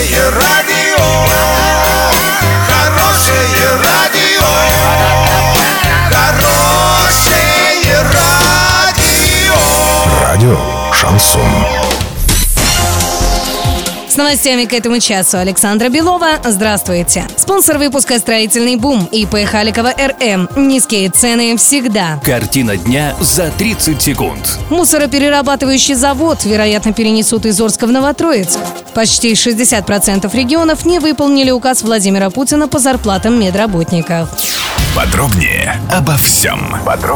Хорошее радио, хорошее радио, хорошее радио. Радио «Шансон». С новостями к этому часу Александра Белова. Здравствуйте. Спонсор выпуска «Строительный бум» ИП Халикова РМ. Низкие цены всегда. Картина дня за 30 секунд. Мусороперерабатывающий завод, вероятно, перенесут из Орска в Новотроицк. Почти 60% регионов не выполнили указ Владимира Путина по зарплатам медработников. Подробнее обо всем.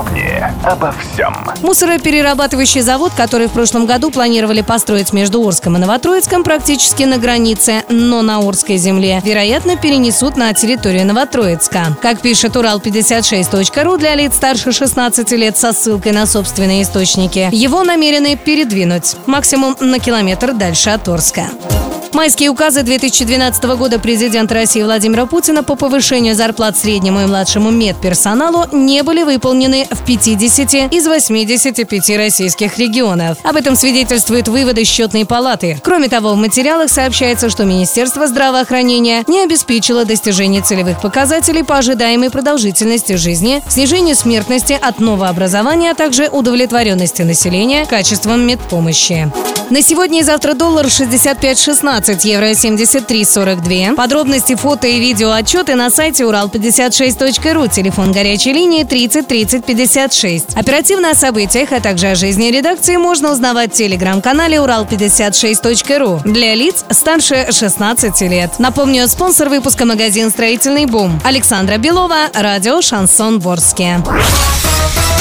Мусороперерабатывающий завод, который в прошлом году планировали построить между Орском и Новотроицком, практически на границе, но на Орской земле, вероятно, перенесут на территорию Новотроицка. Как пишет Урал56.ру для лиц старше 16 лет со ссылкой на собственные источники, его намерены передвинуть максимум на километр дальше от Орска. Майские указы 2012 года президента России Владимира Путина по повышению зарплат среднему и младшему медперсоналу не были выполнены в 50 из 85 российских регионов. Об этом свидетельствуют выводы Счетной палаты. Кроме того, в материалах сообщается, что Министерство здравоохранения не обеспечило достижение целевых показателей по ожидаемой продолжительности жизни, снижению смертности от новообразования, а также удовлетворенности населения качеством медпомощи. На сегодня и завтра доллар 65.16, евро 73.42. Подробности, фото и видео отчеты на сайте Урал56.ру. Телефон горячей линии 30 30 56. Оперативно о событиях, а также о жизни редакции можно узнавать в телеграм-канале Урал56.ру для лиц старше 16 лет. Напомню, спонсор выпуска магазин «Строительный бум». Александра Белова, радио «Шансон Ворске».